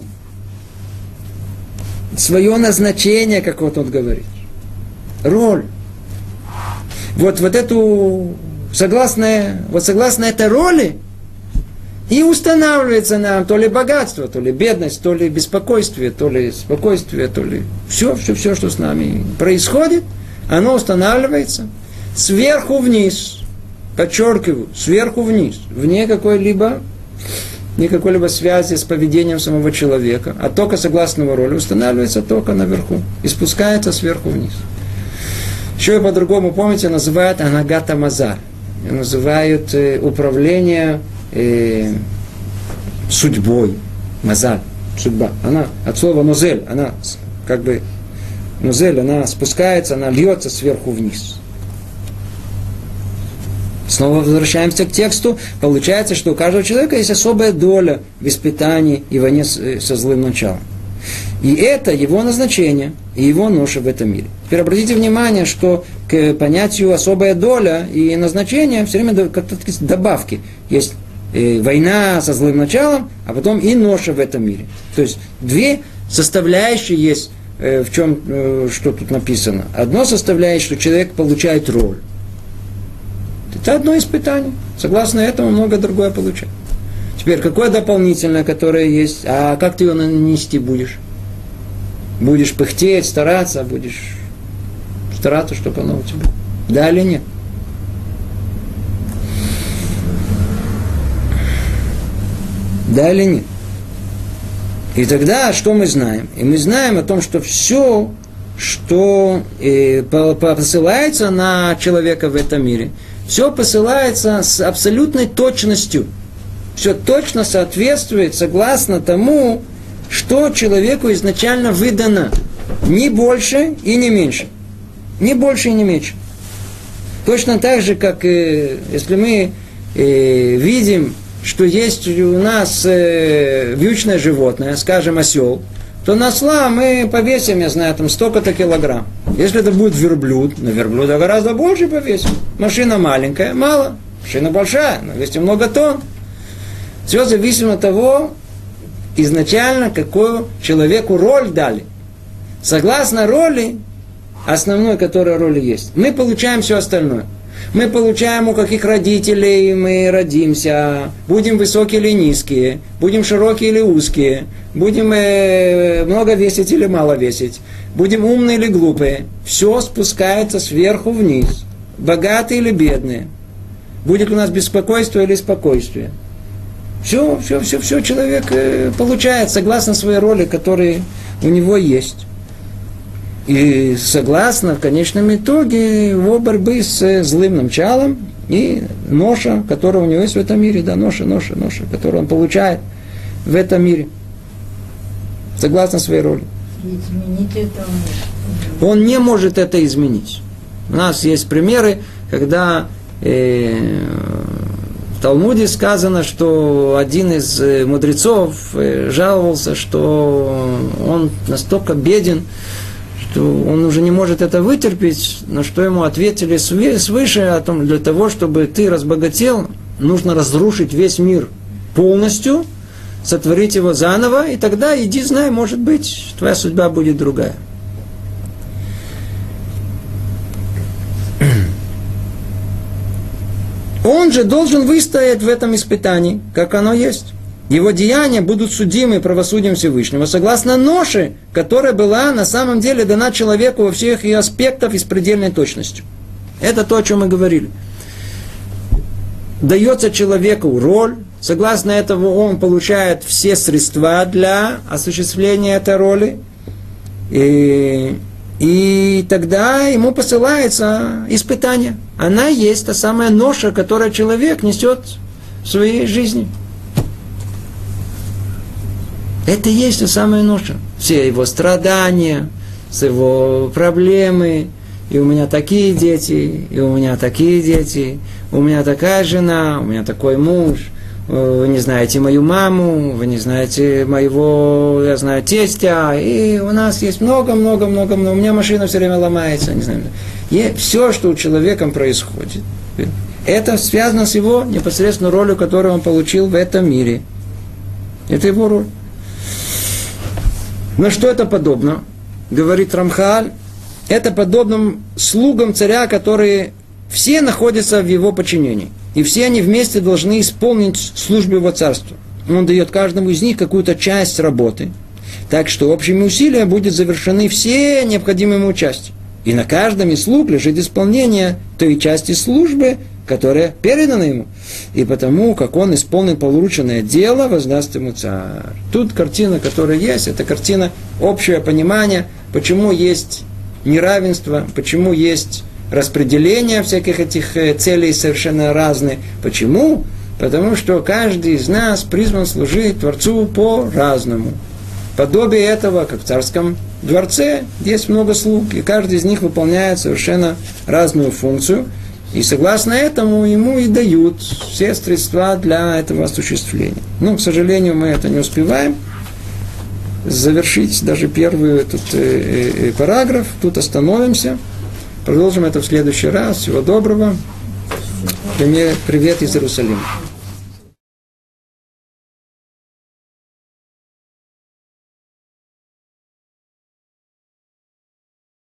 Свое назначение, как вот он говорит. Роль. Вот, вот эту, согласно, вот согласно этой роли, и устанавливается нам то ли богатство, то ли бедность, то ли беспокойствие, то ли спокойствие, то ли все, все, все, что с нами происходит, оно устанавливается сверху вниз. подчеркиваю, сверху вниз, вне какой-либо, не какой-либо связи с поведением самого человека, а только согласно его роли, устанавливается только наверху и спускается сверху вниз. Еще и по-другому, помните, называют анагата мазаль. Называют э, управление э, судьбой. Мазаль, судьба. Она от слова нозель, она как бы нозель, она спускается, она льется сверху вниз. Снова возвращаемся к тексту. Получается, что у каждого человека есть особая доля в испытании и войне со злым началом. И это его назначение и его ноша в этом мире. Теперь обратите внимание, что к понятию особая доля и назначение все время как-то добавки. Есть э, война со злым началом, а потом и ноша в этом мире. То есть две составляющие есть, э, в чем, э, что тут написано. Одно составляющее, что человек получает роль. Это одно испытание. Согласно этому много другое получает. Теперь, какое дополнительное, которое есть? А как ты его нанести будешь? Будешь пыхтеть, стараться, будешь стараться, чтобы оно у тебя. Да или нет? Да или нет? И тогда что мы знаем? И мы знаем о том, что все, что э, посылается на человека в этом мире, все посылается с абсолютной точностью. Все точно соответствует, согласно тому, что человеку изначально выдано. Ни больше и не меньше. Ни больше и не меньше. Точно так же, как э, если мы э, видим, что есть у нас э, вьючное животное, скажем, осел, то на осла мы повесим, я знаю, там столько-то килограмм. Если это будет верблюд, на верблюда гораздо больше повесим. Машина маленькая, мало. Машина большая, но весит много тонн. Все зависит от того, изначально, какую человеку роль дали. Согласно роли, основной, которая роль есть, мы получаем все остальное. Мы получаем, у каких родителей мы родимся, будем высокие или низкие, будем широкие или узкие, будем э, много весить или мало весить, будем умные или глупые. Все спускается сверху вниз, богатые или бедные. Будет у нас беспокойство или спокойствие. Все, все, все, все человек э, получает согласно своей роли, которые у него есть. И согласно в конечном итоге его борьбы с злым началом и ноша, которая у него есть в этом мире, да, ноша, ноша, ноша, которую он получает в этом мире. Согласно своей роли. Изменить это он... он не может это изменить. У нас есть примеры, когда э, в Талмуде сказано, что один из мудрецов жаловался, что он настолько беден, что он уже не может это вытерпеть, на что ему ответили свыше о том, для того, чтобы ты разбогател, нужно разрушить весь мир полностью, сотворить его заново, и тогда иди, знай, может быть, твоя судьба будет другая. Он же должен выстоять в этом испытании, как оно есть. Его деяния будут судимы правосудием Всевышнего, согласно ноше, которая была на самом деле дана человеку во всех ее аспектах и с предельной точностью. Это то, о чем мы говорили. Дается человеку роль, согласно этому он получает все средства для осуществления этой роли, и, и тогда ему посылается испытание. Она есть та самая ноша, которую человек несет в своей жизни. Это и есть та самая ноша. Все его страдания, все его проблемы. И у меня такие дети, и у меня такие дети, у меня такая жена, у меня такой муж. Вы не знаете мою маму, вы не знаете моего, я знаю, тестя. И у нас есть много-много-много-много. У меня машина все время ломается. Не знаю. И все, что у человека происходит, это связано с его непосредственно ролью, которую он получил в этом мире. Это его роль. На что это подобно? Говорит Рамхаль, это подобно слугам царя, которые все находятся в его подчинении. И все они вместе должны исполнить службу его царства. Он дает каждому из них какую-то часть работы. Так что общими усилиями будут завершены все необходимые ему части. И на каждом из слуг лежит исполнение той части службы, которое передано ему. И потому, как он исполнил порученное дело, воздаст ему царь. Тут картина, которая есть, это картина общего понимания, почему есть неравенство, почему есть распределение всяких этих целей совершенно разные. Почему? Потому что каждый из нас призван служить Творцу по-разному. Подобие этого, как в царском дворце, есть много слуг, и каждый из них выполняет совершенно разную функцию. И согласно этому ему и дают все средства для этого осуществления. Но, к сожалению, мы это не успеваем завершить даже первый этот э, э, параграф. Тут остановимся. Продолжим это в следующий раз. Всего доброго. Привет из Иерусалима.